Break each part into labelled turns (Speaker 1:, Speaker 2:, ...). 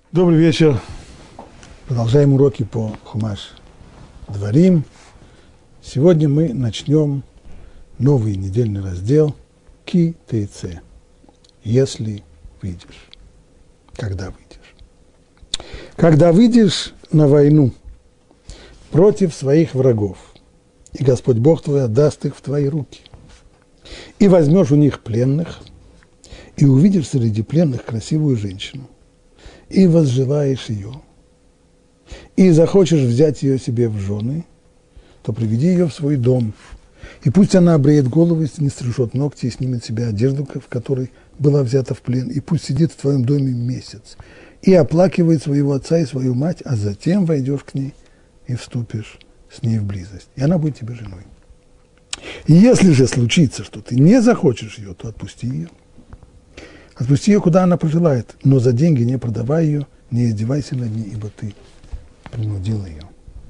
Speaker 1: Добрый вечер. Продолжаем уроки по Хумаш Дворим. Сегодня мы начнем новый недельный раздел Ки Тейце. Если выйдешь. Когда выйдешь. Когда выйдешь на войну против своих врагов, и Господь Бог твой отдаст их в твои руки, и возьмешь у них пленных, и увидишь среди пленных красивую женщину, и возжелаешь ее, и захочешь взять ее себе в жены, то приведи ее в свой дом, и пусть она обреет голову, и не стрижет ногти, и снимет с себя одежду, в которой была взята в плен, и пусть сидит в твоем доме месяц, и оплакивает своего отца и свою мать, а затем войдешь к ней и вступишь с ней в близость, и она будет тебе женой. И если же случится, что ты не захочешь ее, то отпусти ее. Отпусти ее, куда она пожелает, но за деньги не продавай ее, не издевайся над ней, ибо ты принудил ее.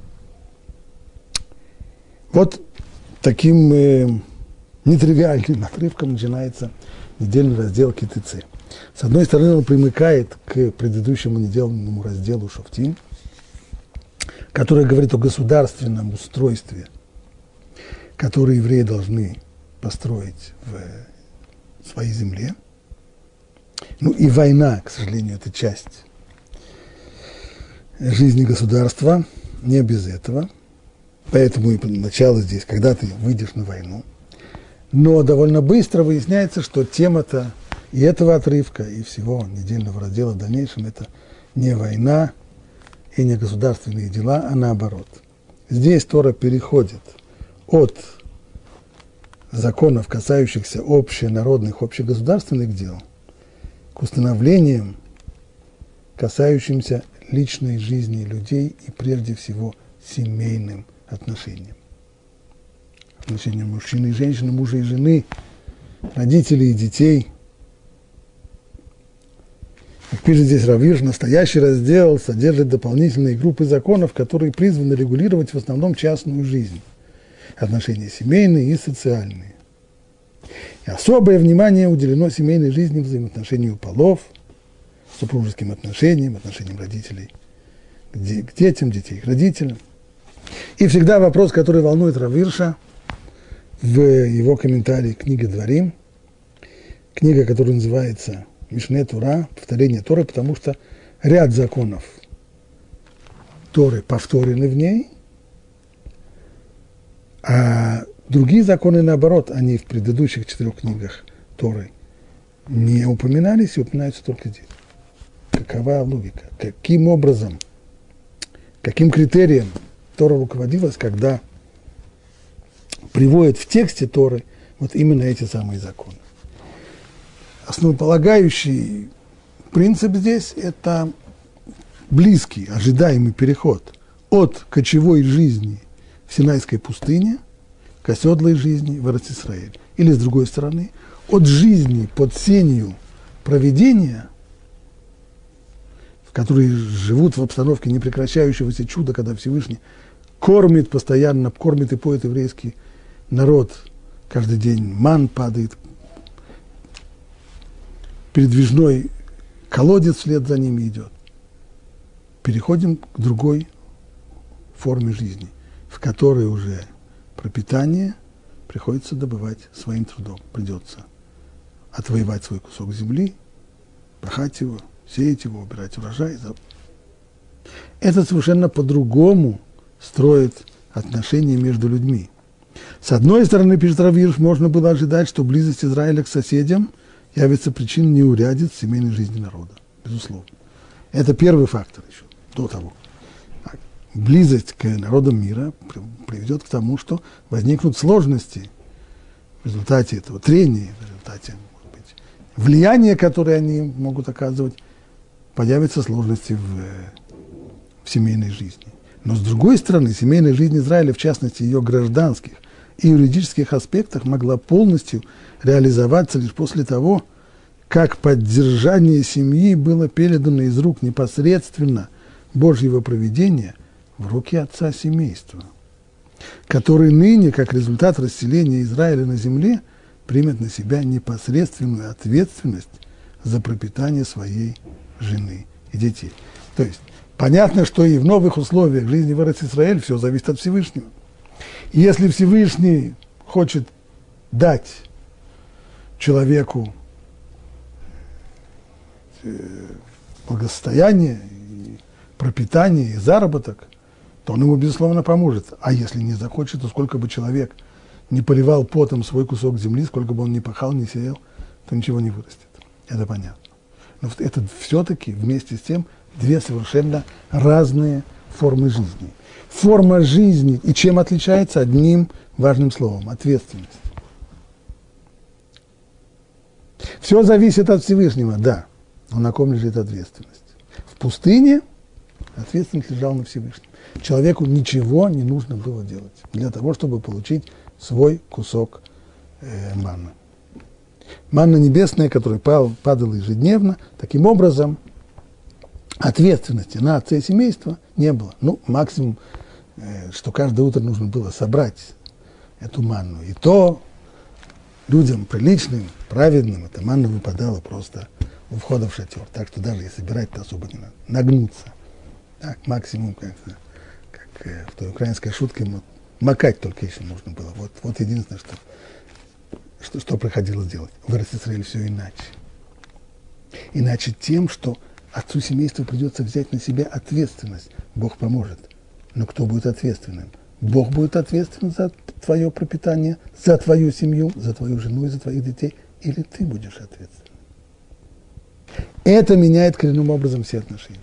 Speaker 1: Вот таким нетривиальным отрывком начинается недельный раздел Ки Тейце. С одной стороны, он примыкает к предыдущему недельному разделу Шофтим, который говорит о государственном устройстве, которое евреи должны построить в своей земле. Ну и война, к сожалению, это часть жизни государства, не без этого. Поэтому и начало здесь, когда ты выйдешь на войну. Но довольно быстро выясняется, что тема-то и этого отрывка, и всего недельного раздела в дальнейшем – это не война и не государственные дела, а наоборот. Здесь Тора переходит от законов, касающихся общенародных, общегосударственных дел, к установлениям, касающимся личной жизни людей и прежде всего семейным отношениям. Отношениям мужчины и женщины, мужа и жены, родителей и детей. Как пишет здесь Рав Ирш, настоящий раздел содержит дополнительные группы законов, которые призваны регулировать в основном частную жизнь, отношения семейные и социальные. И особое внимание уделено семейной жизни, взаимоотношению полов, супружеским отношениям, отношениям родителей к детям, детей к родителям. И всегда вопрос, который волнует Рав Ирша в его комментарии к книге Дворим, книга, которая называется Мишне Тора, повторение Торы, потому что ряд законов Торы повторены в ней, а другие законы, наоборот, они в предыдущих 4 книгах Торы не упоминались и упоминаются только здесь. Какова логика? Каким образом, каким критерием Тора руководилась, когда приводит в тексте Торы вот именно эти самые законы? Основополагающий принцип здесь – это близкий, ожидаемый переход от кочевой жизни в Синайской пустыне к оседлой жизни в Эрец-Исраэль. Или, с другой стороны, от жизни под сенью провидения, в которой живут в обстановке непрекращающегося чуда, когда Всевышний кормит постоянно, кормит и поет еврейский народ. Каждый день ман падает, передвижной колодец вслед за ними идет. Переходим к другой форме жизни, в которой уже пропитание приходится добывать своим трудом. Придется отвоевать свой кусок земли, пахать его, сеять его, убирать урожай. Это совершенно по-другому строит отношения между людьми. С одной стороны, пишет Рав Ирш, можно было ожидать, что близость Израиля к соседям явится причиной неурядиц в семейной жизни народа. Безусловно. Это первый фактор еще, до того. Близость к народам мира приведет к тому, что возникнут сложности в результате этого трения, в результате, может быть, влияния, которое они могут оказывать, появятся сложности в семейной жизни. Но, с другой стороны, семейная жизнь Израиля, в частности, ее гражданских и юридических аспектах, могла полностью реализоваться лишь после того, как поддержание семьи было передано из рук непосредственно Божьего провидения в руки отца семейства, который ныне, как результат расселения Израиля на земле, примет на себя непосредственную ответственность за пропитание своей жены и детей. То есть понятно, что и в новых условиях жизни в Эрец-Исраэль все зависит от Всевышнего. И если Всевышний хочет дать человеку благосостояние, и пропитание, и заработок, то он ему, безусловно, поможет. А если не захочет, то сколько бы человек не поливал потом свой кусок земли, сколько бы он ни пахал, ни сеял, то ничего не вырастет. Это понятно. Но это все-таки вместе с тем две совершенно разные формы жизни. Форма жизни и чем отличается? Одним важным словом – ответственность. Все зависит от Всевышнего, да, но на ком лежит ответственность? В пустыне ответственность лежала на Всевышнем. Человеку ничего не нужно было делать для того, чтобы получить свой кусок манны. Манна небесная, которая падала ежедневно, таким образом ответственности на отца и семейство не было. Ну, максимум, что каждое утро нужно было собрать эту манну. И то людям приличным, праведным, эта манна выпадала просто у входа в шатер. Так что даже и собирать-то особо не надо. Нагнуться. Так, максимум, как в той украинской шутке, макать только еще нужно было. Вот единственное, что приходилось делать. В Эрец-Исраэль все иначе. Иначе тем, что отцу семейства придется взять на себя ответственность. Бог поможет. Но кто будет ответственным? Бог будет ответственен за твое пропитание, за твою семью, за твою жену и за твоих детей. Или ты будешь ответственным? Это меняет коренным образом все отношения.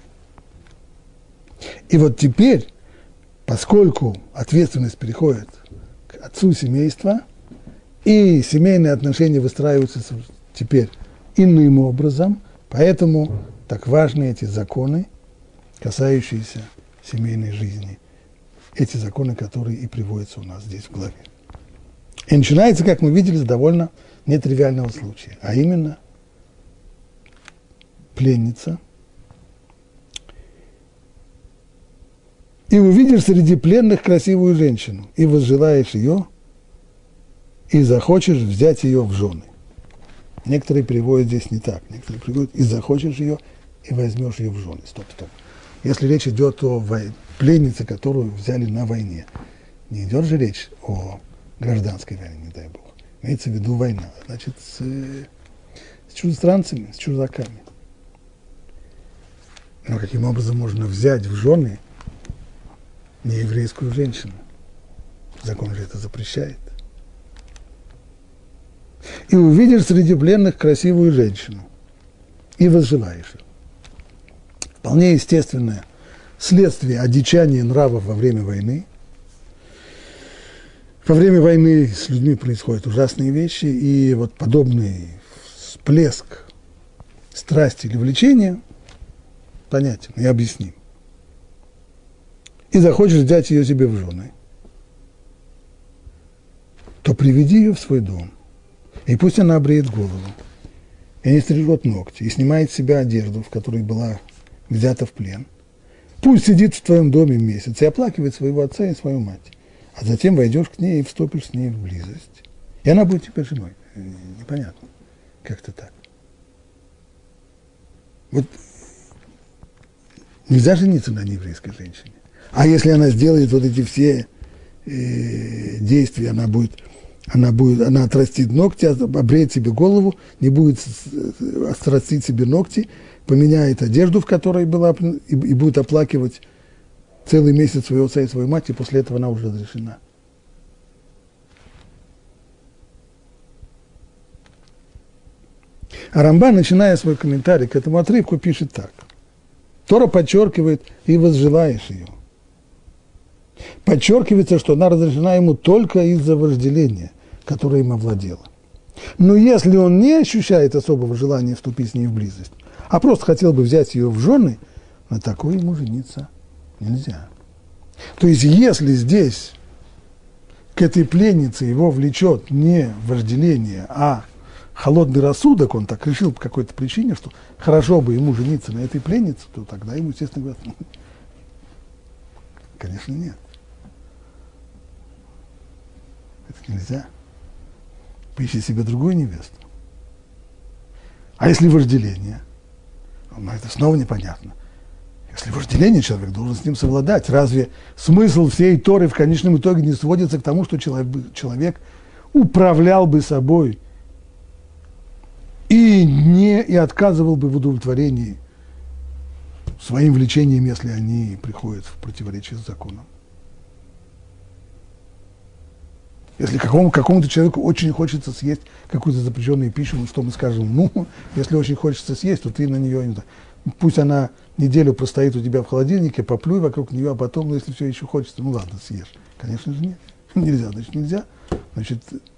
Speaker 1: И вот теперь, поскольку ответственность переходит к отцу семейства, и семейные отношения выстраиваются теперь иным образом, поэтому так важны эти законы, касающиеся семейной жизни. Эти законы, которые и приводятся у нас здесь в главе. И начинается, как мы видели, с довольно нетривиального случая, а именно пленница. И увидишь среди пленных красивую женщину, и возжелаешь ее, и захочешь взять ее в жены. Некоторые переводят здесь не так. Некоторые переводят, и захочешь ее, и возьмешь ее в жены. Стоп. Если речь идет о пленнице, которую взяли на войне, не идет же речь о гражданской войне, не дай Бог. Имеется в виду война, значит, с чужестранцами, с чужаками. Но каким образом можно взять в жены нееврейскую женщину? Закон же это запрещает. И увидишь среди пленных красивую женщину, и возжелаешь ее. Вполне естественное следствие одичания нравов во время войны. Во время войны с людьми происходят ужасные вещи, и вот подобный всплеск страсти или влечения понятен и объясним. И захочешь взять ее себе в жены, то приведи ее в свой дом, и пусть она обреет голову, и не стрижет ногти, и снимает с себя одежду, в которой была взята в плен. Пусть сидит в твоем доме месяц и оплакивает своего отца и свою мать, а затем войдешь к ней и вступишь с ней в близость. И она будет тебе женой. Непонятно. Как-то так. Вот нельзя жениться на нееврейской женщине. А если она сделает вот эти все действия, она отрастит ногти, обреет себе голову, не будет отрастить себе ногти, поменяет одежду, в которой была, и будет оплакивать целый месяц своего отца и свою мать, и после этого она уже разрешена. А Рамбан, начиная свой комментарий к этому отрывку, пишет так. Тора подчеркивает, и возжелаешь ее. Подчеркивается, что она разрешена ему только из-за вожделения, которое им овладело. Но если он не ощущает особого желания вступить с ней в близость, а просто хотел бы взять ее в жены, на такое ему жениться нельзя. То есть, если здесь к этой пленнице его влечет не вожделение, а холодный рассудок, он так решил по какой-то причине, что хорошо бы ему жениться на этой пленнице, то тогда ему, естественно, говорят, конечно, нет. Это нельзя. Поищи себе другую невесту. А если вожделение? Ну, это снова непонятно. Если вожделение, человек должен с ним совладать. Разве смысл всей Торы в конечном итоге не сводится к тому, что человек управлял бы собой и отказывал бы в удовлетворении своим влечениям, если они приходят в противоречие с законом? Если какому-то человеку очень хочется съесть какую-то запрещенную пищу, ну что мы скажем? Ну, если очень хочется съесть, то ты на нее, пусть она неделю простоит у тебя в холодильнике, поплюй вокруг нее, а потом, ну, если все еще хочется, ну ладно, съешь. Конечно же нет. Нельзя, значит нельзя. Значит,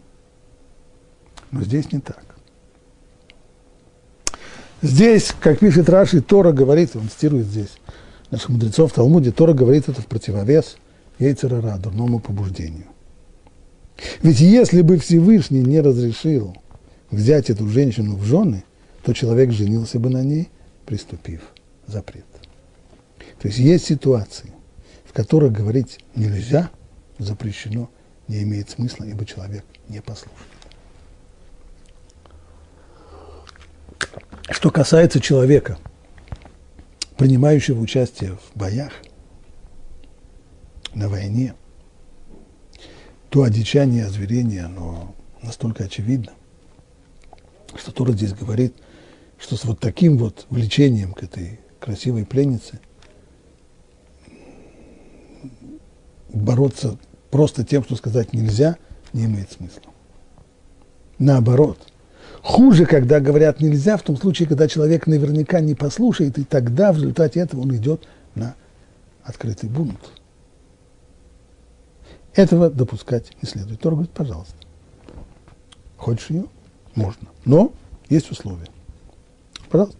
Speaker 1: но здесь не так. Здесь, как пишет Раши, Тора говорит, он цитирует здесь наших мудрецов в Талмуде, Тора говорит это в противовес йецер ара, дурному побуждению. Ведь если бы Всевышний не разрешил взять эту женщину в жены, то человек женился бы на ней, приступив запрет. То есть ситуации, в которых говорить нельзя, запрещено, не имеет смысла, ибо человек не послушен. Что касается человека, принимающего участие в боях, на войне, то одичание, озверение, оно настолько очевидно, что Тора здесь говорит, что с вот таким вот влечением к этой красивой пленнице бороться просто тем, что сказать нельзя, не имеет смысла. Наоборот, хуже, когда говорят нельзя, в том случае, когда человек наверняка не послушает, и тогда в результате этого он идет на открытый бунт. Этого допускать не следует. Тора говорит, пожалуйста, хочешь ее? Можно. Но есть условия. Пожалуйста.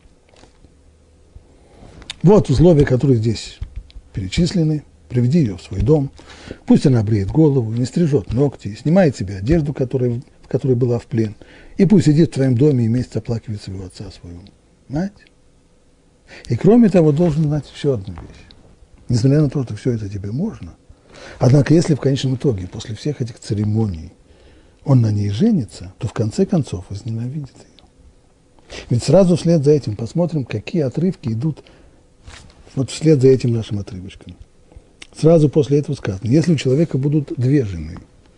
Speaker 1: Вот условия, которые здесь перечислены. Приведи ее в свой дом. Пусть она бреет голову, не стрижет ногти, снимает себе одежду, в которой была в плен. И пусть сидит в твоем доме и месяц оплакивает своего отца, свою мать. И кроме того, должен знать еще одну вещь. Несмотря на то, что все это тебе можно, однако, если в конечном итоге, после всех этих церемоний, он на ней женится, то в конце концов возненавидит ее. Ведь сразу вслед за этим посмотрим, какие отрывки идут вот вслед за этим нашим отрывочком. Сразу после этого сказано, если у человека будут две жены,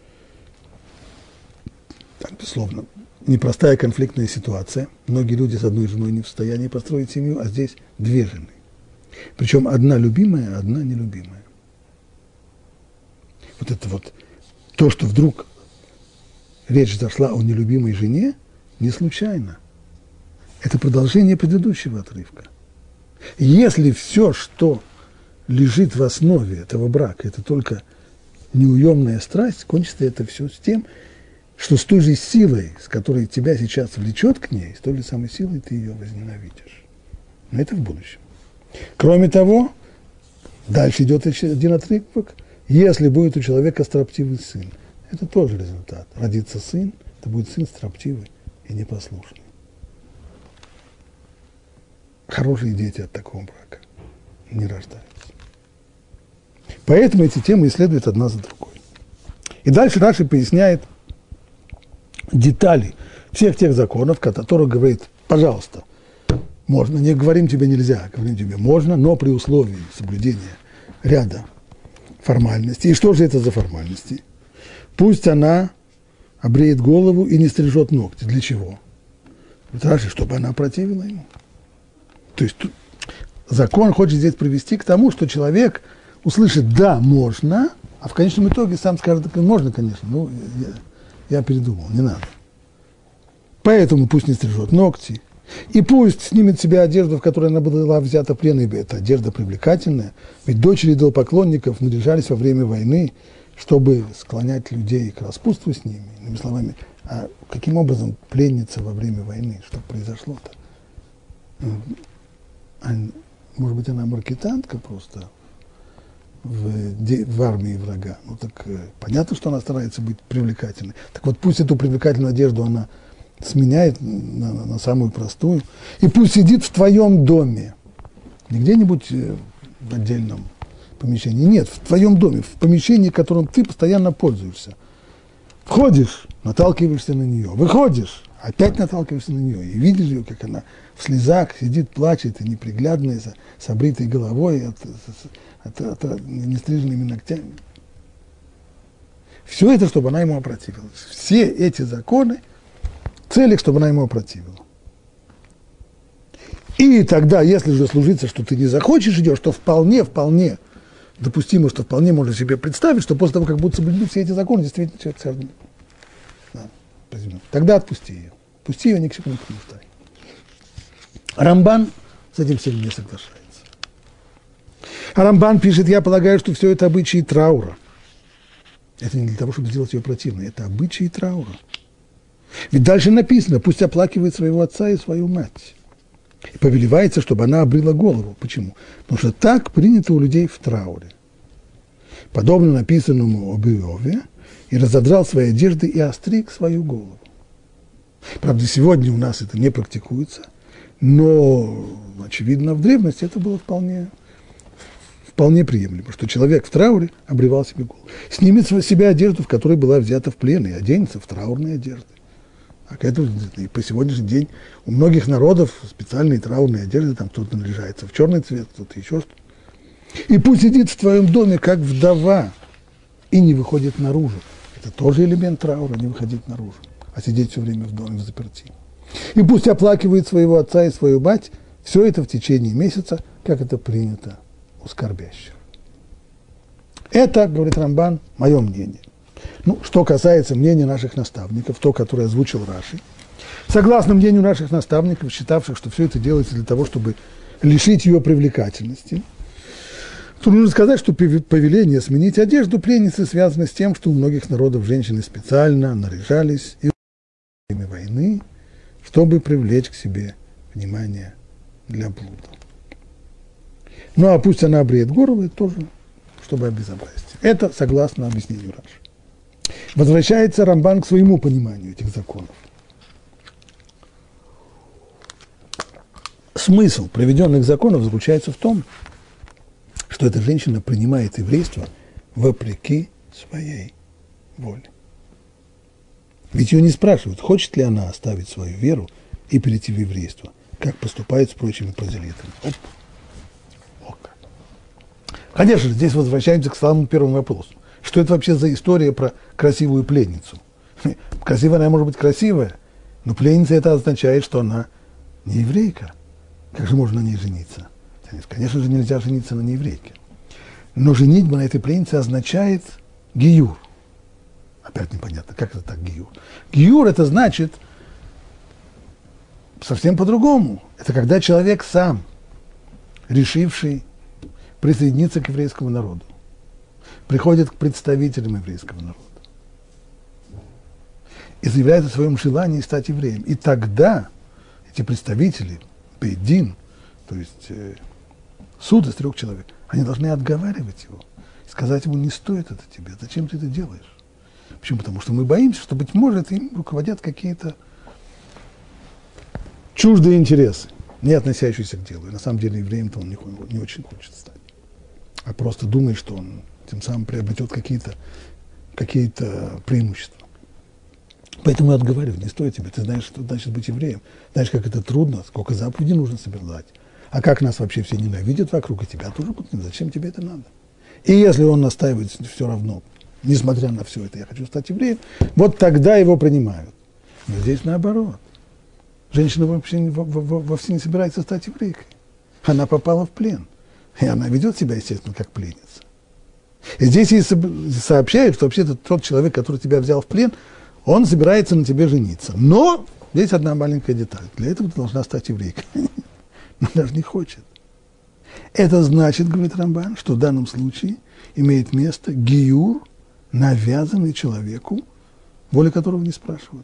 Speaker 1: так, безусловно, непростая конфликтная ситуация, многие люди с одной женой не в состоянии построить семью, а здесь две жены. Причем одна любимая, одна нелюбимая. Вот это вот, то, что вдруг речь зашла о нелюбимой жене, не случайно. Это продолжение предыдущего отрывка. Если все, что лежит в основе этого брака, это только неуемная страсть, кончится это все с тем, что с той же силой, с которой тебя сейчас влечет к ней, с той же самой силой ты ее возненавидишь. Но это в будущем. Кроме того, дальше идет один отрывок. Если будет у человека строптивый сын, это тоже результат. Родится сын, это будет сын строптивый и непослушный. Хорошие дети от такого брака не рождаются. Поэтому эти темы исследуют одна за другой. И дальше Раши поясняет детали всех тех законов, которые говорит, пожалуйста, можно, не говорим тебе нельзя, говорим тебе можно, но при условии соблюдения ряда формальностей. И что же это за формальности? Пусть она обреет голову и не стрижет ногти. Для чего? Раши, чтобы она противила ему. То есть закон хочет здесь привести к тому, что человек услышит «да, можно», а в конечном итоге сам скажет «можно, конечно, но я передумал, не надо». Поэтому пусть не стрижет ногти, и пусть снимет себе одежду, в которой она была взята в плен, ибо это одежда привлекательная, ведь дочери идолопоклонников наряжались во время войны, чтобы склонять людей к распутству с ними. Иными словами, а каким образом пленница во время войны, что произошло-то? Может быть, она маркетантка просто в армии врага. Ну так понятно, что она старается быть привлекательной. Так вот, пусть эту привлекательную одежду она сменяет на самую простую. И пусть сидит в твоем доме. Не где-нибудь в отдельном помещении. Нет, в твоем доме, в помещении, которым ты постоянно пользуешься. Входишь, наталкиваешься на нее. Выходишь, Опять наталкиваешься на нее. И видишь ее, как она в слезах сидит, плачет, и неприглядная, с обритой головой, от нестриженными ногтями. Все это, чтобы она ему опротивилась. Все эти законы, цели, чтобы она ему опротивила. И тогда, если же служиться, что ты не захочешь, идешь, то вполне допустимо, что вполне можно себе представить, что после того, как будут соблюдены все эти законы, действительно человек сожжен. Тогда отпусти ее. Пусти ее, ни к чему не принуждай. Рамбан с этим сильно не соглашается. А Рамбан пишет, я полагаю, что все это обычаи траура. Это не для того, чтобы сделать ее противной, это обычаи траура. Ведь дальше написано, пусть оплакивает своего отца и свою мать. И повелевается, чтобы она обрила голову. Почему? Потому что так принято у людей в трауре. Подобно написанному об Иове, и разодрал свои одежды и остриг свою голову. Правда, сегодня у нас это не практикуется, но, очевидно, в древности это было вполне приемлемо, что человек в трауре обревал себе голову. Снимет с себя одежду, в которой была взята в плен, и оденется в траурные одежды. А к этому, и по сегодняшний день у многих народов специальные траурные одежды, там кто-то наряжается в черный цвет, кто-то еще что-то. И пусть сидит в твоем доме, как вдова, и не выходит наружу. Это тоже элемент траура, не выходить наружу, а сидеть все время в доме в заперти. И пусть оплакивает своего отца и свою мать, все это в течение месяца, как это принято у скорбящих. Это, говорит Рамбан, мое мнение. Ну, что касается мнения наших наставников, то, которое озвучил Раши, согласно мнению наших наставников, считавших, что все это делается для того, чтобы лишить ее привлекательности, то нужно сказать, что повеление сменить одежду пленницы связано с тем, что у многих народов женщины специально наряжались и во время войны, чтобы привлечь к себе внимание для блуда. Ну, а пусть она бреет голову, это тоже, чтобы обезобразить. Это согласно объяснению Раши. Возвращается Рамбан к своему пониманию этих законов. Смысл приведенных законов заключается в том, что эта женщина принимает еврейство вопреки своей воле. Ведь ее не спрашивают, хочет ли она оставить свою веру и перейти в еврейство, как поступает с прочими прозелитами. Конечно, здесь возвращаемся к самому первому вопросу. Что это вообще за история про красивую пленницу? Красивая она может быть красивая, но пленница это означает, что она не еврейка. Как же можно на ней жениться? Конечно же, нельзя жениться на нееврейке. Но женитьба на этой пленнице означает гиюр. Опять непонятно, как это так гиюр? Гиюр это значит совсем по-другому. Это когда человек сам, решивший присоединиться к еврейскому народу, приходит к представителям еврейского народа и заявляет о своем желании стать евреем. И тогда эти представители, бейт-дин, то есть суд из 3 человек, они должны отговаривать его, сказать ему, не стоит это тебе, зачем ты это делаешь? Почему? Потому что мы боимся, что, быть может, им руководят какие-то чуждые интересы, не относящиеся к делу. И на самом деле евреем-то он не очень хочет стать, а просто думает, что он тем самым приобретет какие-то преимущества. Поэтому я отговариваю, не стоит тебе, ты знаешь, что значит быть евреем, знаешь, как это трудно, сколько заповедей нужно соблюдать. А как нас вообще все ненавидят вокруг, и тебя тоже будут, зачем тебе это надо? И если он настаивает все равно, несмотря на все это, я хочу стать евреем, вот тогда его принимают. Но здесь наоборот. Женщина вообще не собирается стать еврейкой. Она попала в плен. И она ведет себя, естественно, как пленница. И здесь ей сообщают, что вообще тот человек, который тебя взял в плен, он собирается на тебе жениться. Но здесь одна маленькая деталь. Для этого ты должна стать еврейкой. Но даже не хочет. Это значит, говорит Рамбан, что в данном случае имеет место гиюр, навязанный человеку, воля которого не спрашивают.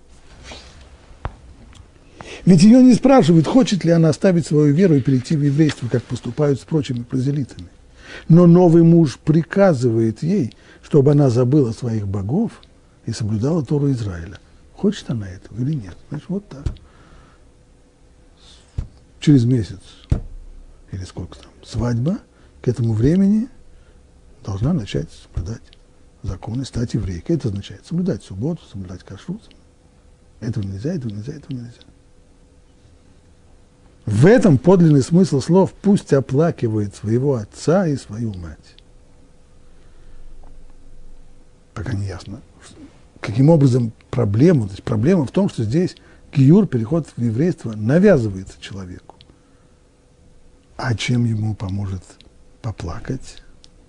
Speaker 1: Ведь ее не спрашивают, хочет ли она оставить свою веру и перейти в еврейство, как поступают с прочими прозелитами. Но новый муж приказывает ей, чтобы она забыла своих богов и соблюдала Тору Израиля. Хочет она этого или нет? Значит, вот так. Через месяц, или сколько там, свадьба, к этому времени должна начать соблюдать законы, стать еврейкой. Это означает соблюдать субботу, соблюдать кашрут. Этого нельзя, этого нельзя, этого нельзя. В этом подлинный смысл слов «пусть оплакивает своего отца и свою мать». Пока не ясно, каким образом проблема. То есть проблема в том, что здесь гиюр, переход в еврейство, навязывается человеку. А чем ему поможет поплакать?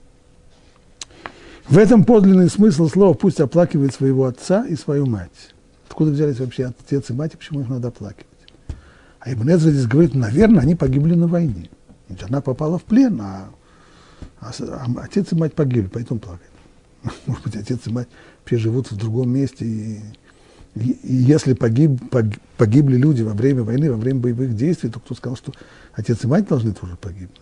Speaker 1: В этом подлинный смысл слова «пусть оплакивает своего отца и свою мать». Откуда взялись вообще отец и мать, и почему их надо оплакивать? А Ибн Эзра здесь говорит, наверное, они погибли на войне. Ведь она попала в плен, а отец и мать погибли, поэтому плакает. Может быть, отец и мать вообще живут в другом месте, и если погибли люди во время войны, во время боевых действий, то кто сказал, что отец и мать должны тоже погибнуть?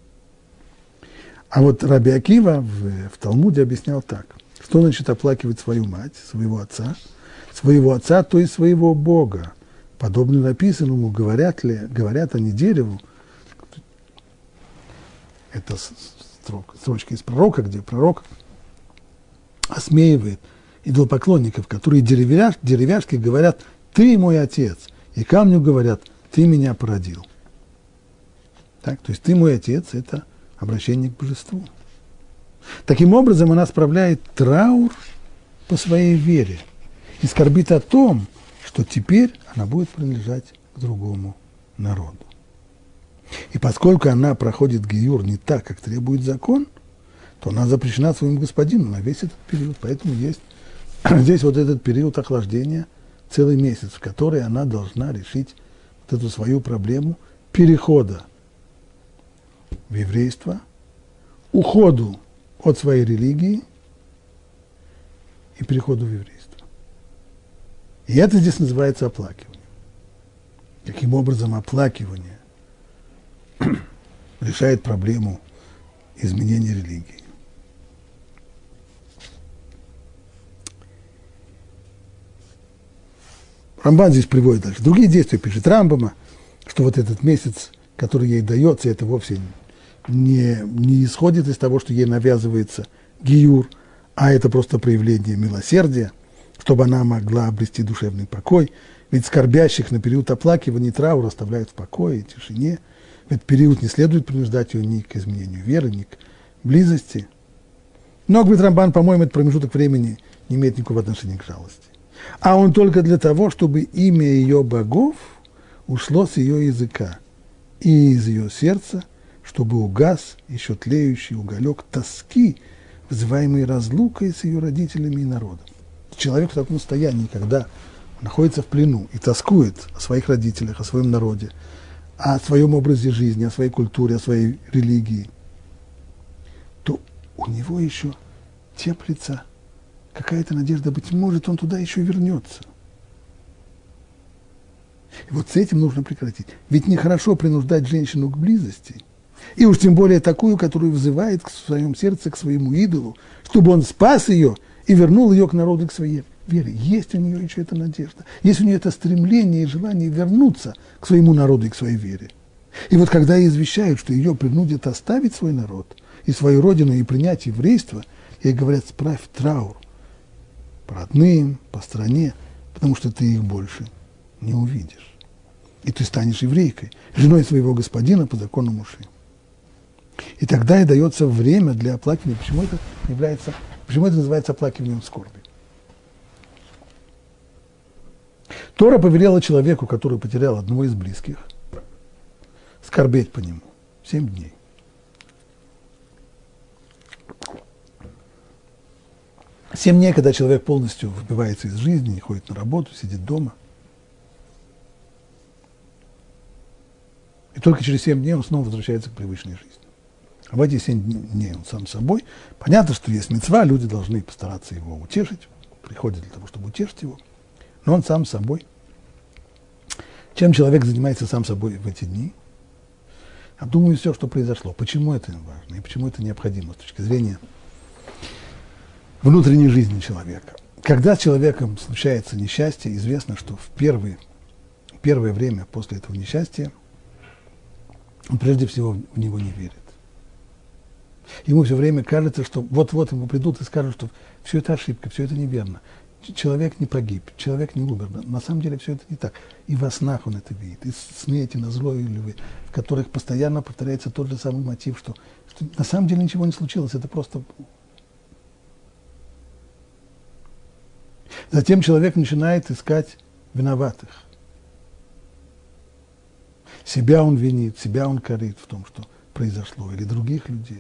Speaker 1: А вот Раби Акива в Талмуде объяснял так, что значит оплакивать свою мать, своего отца, то есть своего Бога. Подобно написанному, говорят они дереву, это строчка из пророка, где пророк осмеивает идолопоклонников, которые деревяшки говорят: «Ты мой отец», и камню говорят: «Ты меня породил». Так, то есть «ты мой отец» – это обращение к божеству. Таким образом, она справляет траур по своей вере и скорбит о том, что теперь она будет принадлежать к другому народу. И поскольку она проходит гиюр не так, как требует закон, то она запрещена своему господину на весь этот период. Поэтому есть здесь вот этот период охлаждения, целый месяц, в который она должна решить вот эту свою проблему перехода в еврейство, уходу от своей религии и переходу в еврейство. И это здесь называется оплакивание. Каким образом оплакивание решает проблему изменения религии? Рамбан здесь приводит дальше другие действия, пишет Рамбама, что вот этот месяц, который ей дается, это вовсе не исходит из того, что ей навязывается гиюр, а это просто проявление милосердия, чтобы она могла обрести душевный покой. Ведь скорбящих на период оплакивания и траура оставляют в покое и тишине. В этот период не следует принуждать ее ни к изменению веры, ни к близости. Но, говорит Рамбан, по-моему, этот промежуток времени не имеет никакого отношения к жалости. А он только для того, чтобы имя ее богов ушло с ее языка и из ее сердца, чтобы угас еще тлеющий уголек тоски, вызываемый разлукой с ее родителями и народом. Человек в таком состоянии, когда находится в плену и тоскует о своих родителях, о своем народе, о своем образе жизни, о своей культуре, о своей религии, то у него еще теплится какая-то надежда, быть может, он туда еще вернется. И вот с этим нужно прекратить. Ведь нехорошо принуждать женщину к близости, и уж тем более такую, которую вызывает в своем сердце к своему идолу, чтобы он спас ее и вернул ее к народу, к своей вере. Есть у нее еще эта надежда, есть у нее это стремление и желание вернуться к своему народу и к своей вере. И вот когда ей извещают, что ее принудят оставить свой народ и свою родину и принять еврейство, ей говорят: справь траур по родным, по стране, потому что ты их больше не увидишь. И ты станешь еврейкой, женой своего господина по закону Муше. И тогда и дается время для оплакивания. Почему это называется оплакиванием скорби? Тора повелела человеку, который потерял одного из близких, скорбеть по нему 7 дней. Семь дней, когда человек полностью выбивается из жизни, не ходит на работу, сидит дома. И только через 7 дней он снова возвращается к привычной жизни. А в эти 7 дней он сам собой. Понятно, что есть мицва, люди должны постараться его утешить, приходят для того, чтобы утешить его. Но он сам собой. Чем человек занимается сам собой в эти дни? Обдумывая все, что произошло. Почему это важно и почему это необходимо с точки зрения внутренней жизни человека. Когда с человеком случается несчастье, известно, что в первое время после этого несчастья он прежде всего в него не верит. Ему все время кажется, что вот-вот ему придут и скажут, что все это ошибка, все это неверно. человек не погиб, человек не умер. На самом деле все это не так. И во снах он это видит, и сны эти назойливые, в которых постоянно повторяется тот же самый мотив, что на самом деле ничего не случилось, это просто... Затем человек начинает искать виноватых. Себя он винит, себя он корит в том, что произошло, или других людей.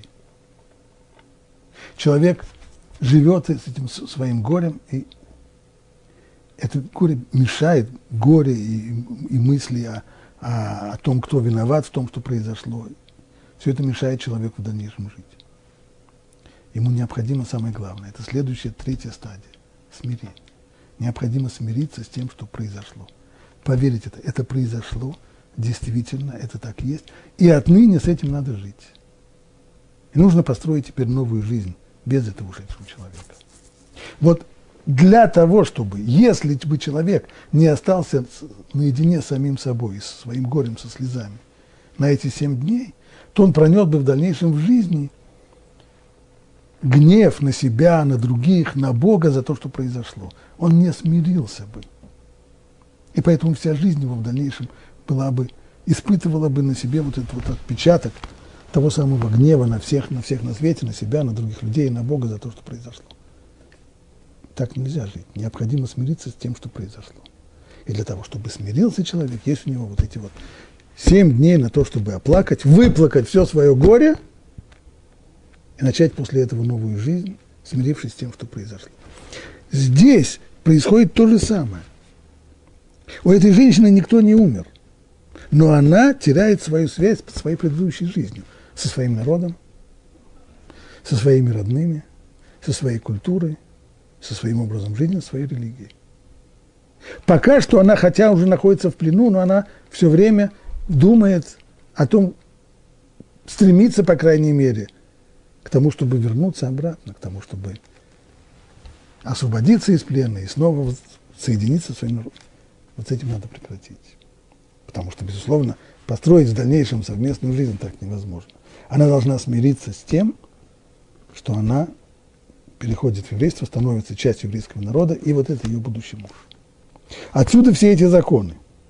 Speaker 1: Человек живет с этим своим горем, и это горе мешает горе и мысли о том, кто виноват в том, что произошло. Все это мешает человеку в дальнейшем жить. Ему необходимо самое главное, это следующая, третья стадия – смирение. Необходимо смириться с тем, что произошло. Поверить это произошло, действительно, это так есть, и отныне с этим надо жить. И нужно построить теперь новую жизнь без этого ушедшего человека. Вот для того, чтобы, если бы человек не остался наедине с самим собой, со своим горем, со слезами на эти 7 дней, то он пронес бы в дальнейшем в жизни гнев на себя, на других, на Бога за то, что произошло. Он не смирился бы. И поэтому вся жизнь его в дальнейшем испытывала бы на себе вот этот вот отпечаток того самого гнева на всех на свете, на себя, на других людей, на Бога за то, что произошло. Так нельзя жить. Необходимо смириться с тем, что произошло. И для того, чтобы смирился человек, есть у него вот эти вот 7 дней на то, чтобы оплакать, выплакать все свое горе и начать после этого новую жизнь, смирившись с тем, что произошло. Здесь происходит то же самое. У этой женщины никто не умер, но она теряет свою связь со своей предыдущей жизнью, со своим народом, со своими родными, со своей культурой, со своим образом жизни, со своей религией. Пока что она, хотя уже находится в плену, но она все время думает о том, стремится, по крайней мере, к тому, чтобы вернуться обратно, к тому, чтобы освободиться из плена и снова соединиться с своим народом. Вот с этим надо прекратить. Потому что, безусловно, построить в дальнейшем совместную жизнь так невозможно. Она должна смириться с тем, что она переходит в еврейство, становится частью еврейского народа, и вот это ее будущий муж. Отсюда все эти законы.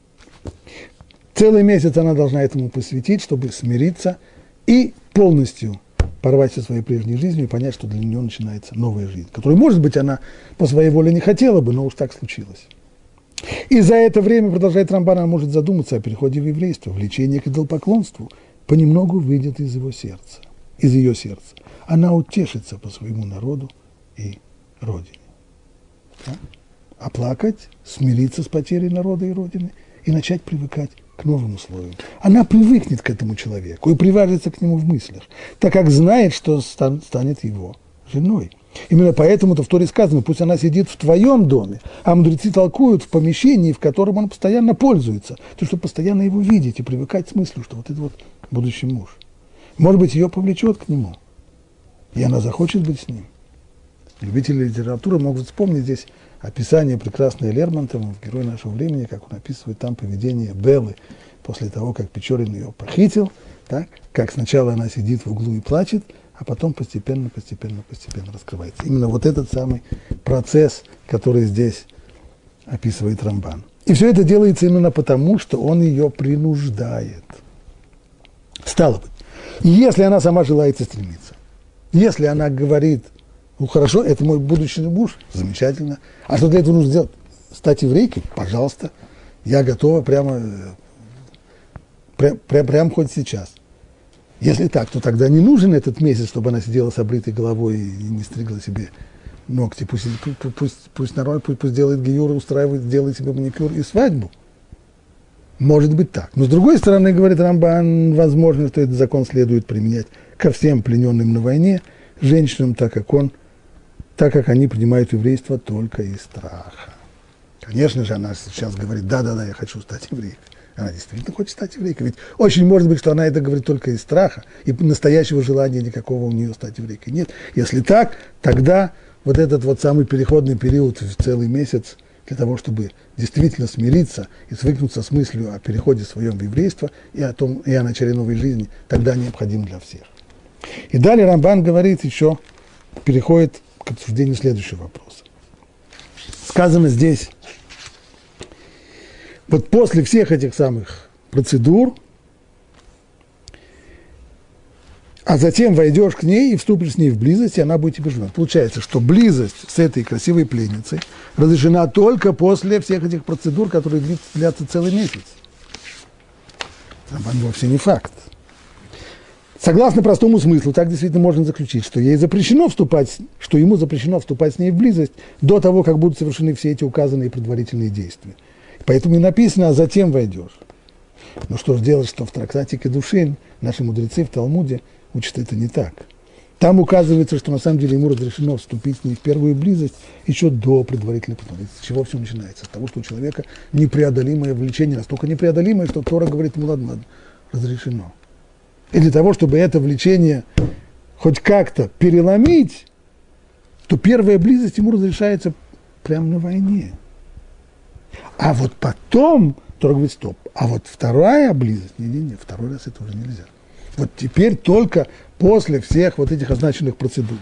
Speaker 1: Целый месяц она должна этому посвятить, чтобы смириться и полностью порвать со своей прежней жизнью и понять, что для нее начинается новая жизнь, которую, может быть, она по своей воле не хотела бы, но уж так случилось. И за это время, продолжает Рамбан, она может задуматься о переходе в еврейство, влечение к идолопоклонству понемногу выйдет из его сердца, из ее сердца. Она утешится по своему народу и родине. Да? Оплакать, смириться с потерей народа и родины и начать привыкать к новым условиям. Она привыкнет к этому человеку и привяжется к нему в мыслях, так как знает, что станет его женой. Именно поэтому-то в Торе сказано, пусть она сидит в твоем доме, а мудрецы толкуют в помещении, в котором он постоянно пользуется, то, чтобы постоянно его видеть и привыкать с мыслью, что вот это вот будущий муж. Может быть, ее повлечет к нему, и она захочет быть с ним. Любители литературы могут вспомнить здесь описание прекрасное Лермонтовым в «Герой нашего времени», как он описывает там поведение Беллы после того, как Печорин ее похитил, так, как сначала она сидит в углу и плачет, а потом постепенно раскрывается. Именно вот этот самый процесс, который здесь описывает Рамбан. И все это делается именно потому, что он ее принуждает. Стало быть, если она сама желает и стремится, если она говорит, ну хорошо, это мой будущий муж, замечательно, а что для этого нужно сделать? Стать еврейкой? Пожалуйста, я готова прямо хоть сейчас. Если так, то тогда не нужен этот месяц, чтобы она сидела с обритой головой и не стригла себе ногти. Пусть народ делает гиюр, устраивает, делает себе маникюр и свадьбу. Может быть так. Но с другой стороны, говорит Рамбан, возможно, что этот закон следует применять ко всем плененным на войне женщинам, так как они принимают еврейство только из страха. Конечно же, она сейчас говорит, да, я хочу стать еврейкой. Она действительно хочет стать еврейкой. Ведь очень может быть, что она это говорит только из страха, и настоящего желания никакого у нее стать еврейкой нет. Если так, тогда вот этот вот самый переходный период в целый месяц для того, чтобы действительно смириться и свыкнуться с мыслью о переходе своем в еврейство и о начале новой жизни, тогда необходим для всех. И далее Рамбан говорит еще, переходит к обсуждению следующего вопроса. сказано здесь, вот после всех этих самых процедур, а затем войдешь к ней и вступишь с ней в близость, и она будет тебе жена. Получается, что близость с этой красивой пленницей разрешена только после всех этих процедур, которые длятся целый месяц. Рамбан вовсе не факт. Согласно простому смыслу, так действительно можно заключить, что ему запрещено вступать с ней в близость до того, как будут совершены все эти указанные предварительные действия. Поэтому и написано, а затем войдешь. Но что же делать, что в трактате Кедушин наши мудрецы в Талмуде учат это не так. Там указывается, что на самом деле ему разрешено вступить с ней в первую близость еще до предварительной подготовки. С чего все начинается? С того, что у человека непреодолимое влечение, настолько непреодолимое, что Тора говорит ему, ладно, разрешено. И для того, чтобы это влечение хоть как-то переломить, то первая близость ему разрешается прямо на войне. А вот потом Тора говорит, стоп, а вот вторая близость, не, второй раз это уже нельзя. Вот теперь только после всех вот этих означенных процедур.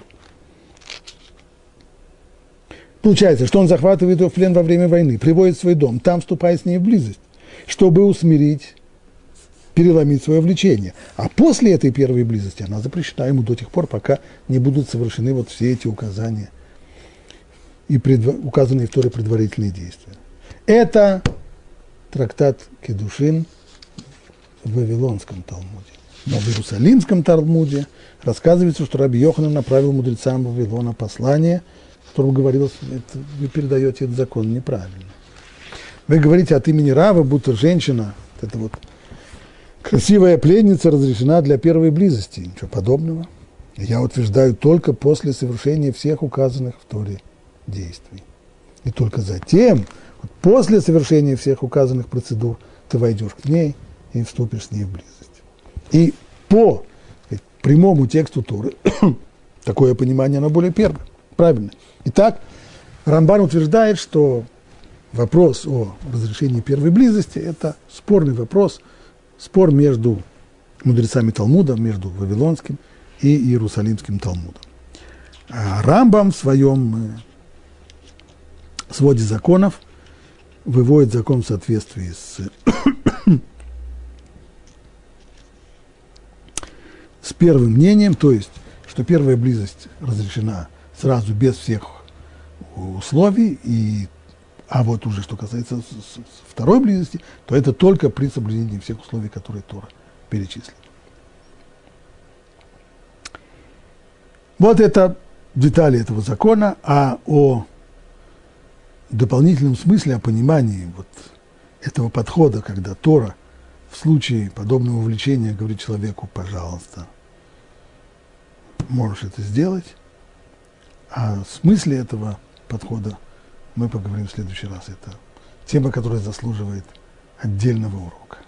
Speaker 1: Получается, что он захватывает ее в плен во время войны, приводит в свой дом, там вступает с ней в близость, чтобы усмирить, переломить свое влечение. А после этой первой близости она запрещена ему до тех пор, пока не будут совершены вот все эти указания и указанные в Торе предварительные действия. Это трактат Кедушин в Вавилонском Талмуде. Но в Иерусалимском Талмуде рассказывается, что Раби Йоханан направил мудрецам Вавилона послание, в котором говорилось, вы передаете этот закон неправильно. Вы говорите от имени Рава, будто женщина, это вот красивая пленница разрешена для первой близости. Ничего подобного. Я утверждаю только после совершения всех указанных в Торе действий. И только затем, вот после совершения всех указанных процедур, ты войдешь к ней и вступишь с ней в близость. И по прямому тексту Торы такое понимание, оно более правильно. Итак, Рамбан утверждает, что вопрос о разрешении первой близости – это спорный вопрос, спор между мудрецами Талмуда, между Вавилонским и Иерусалимским Талмудом. А Рамбам в своем своде законов выводит закон в соответствии с первым мнением, то есть, что первая близость разрешена сразу без всех условий, а вот уже что касается второй близости, то это только при соблюдении всех условий, которые Тора перечислила. Вот это детали этого закона, а о дополнительном смысле, о понимании вот этого подхода, когда Тора в случае подобного увлечения говорит человеку, пожалуйста, можешь это сделать, о смысле этого подхода мы поговорим в следующий раз. Это тема, которая заслуживает отдельного урока.